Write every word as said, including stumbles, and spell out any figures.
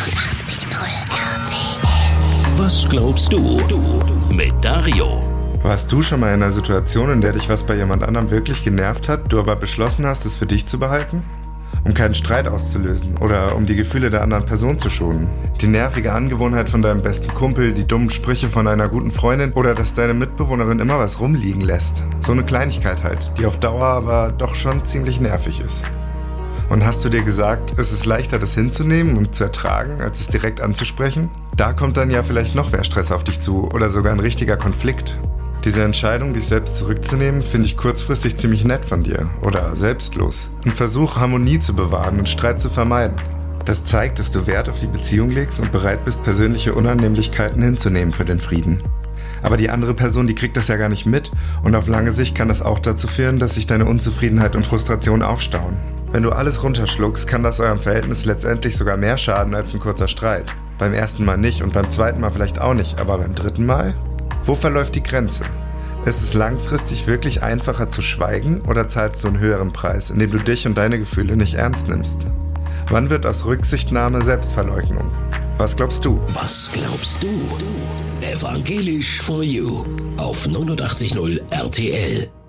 neunundachtzig Komma null R T L. Was glaubst du? Mit Dario. Warst du schon mal in einer Situation, in der dich was bei jemand anderem wirklich genervt hat, du aber beschlossen hast, es für dich zu behalten? Um keinen Streit auszulösen oder um die Gefühle der anderen Person zu schonen. Die nervige Angewohnheit von deinem besten Kumpel, die dummen Sprüche von einer guten Freundin oder dass deine Mitbewohnerin immer was rumliegen lässt. So eine Kleinigkeit halt, die auf Dauer aber doch schon ziemlich nervig ist. Und hast du dir gesagt, es ist leichter, das hinzunehmen und zu ertragen, als es direkt anzusprechen? Da kommt dann ja vielleicht noch mehr Stress auf dich zu oder sogar ein richtiger Konflikt. Diese Entscheidung, dich selbst zurückzunehmen, finde ich kurzfristig ziemlich nett von dir oder selbstlos. Ein Versuch, Harmonie zu bewahren und Streit zu vermeiden. Das zeigt, dass du Wert auf die Beziehung legst und bereit bist, persönliche Unannehmlichkeiten hinzunehmen für den Frieden. Aber die andere Person, die kriegt das ja gar nicht mit und auf lange Sicht kann das auch dazu führen, dass sich deine Unzufriedenheit und Frustration aufstauen. Wenn du alles runterschluckst, kann das eurem Verhältnis letztendlich sogar mehr schaden als ein kurzer Streit. Beim ersten Mal nicht und beim zweiten Mal vielleicht auch nicht, aber beim dritten Mal? Wo verläuft die Grenze? Ist es langfristig wirklich einfacher zu schweigen oder zahlst du einen höheren Preis, indem du dich und deine Gefühle nicht ernst nimmst? Wann wird aus Rücksichtnahme Selbstverleugnung? Was glaubst du? Was glaubst du? Evangelisch for You auf neunundachtzig Komma null R T L.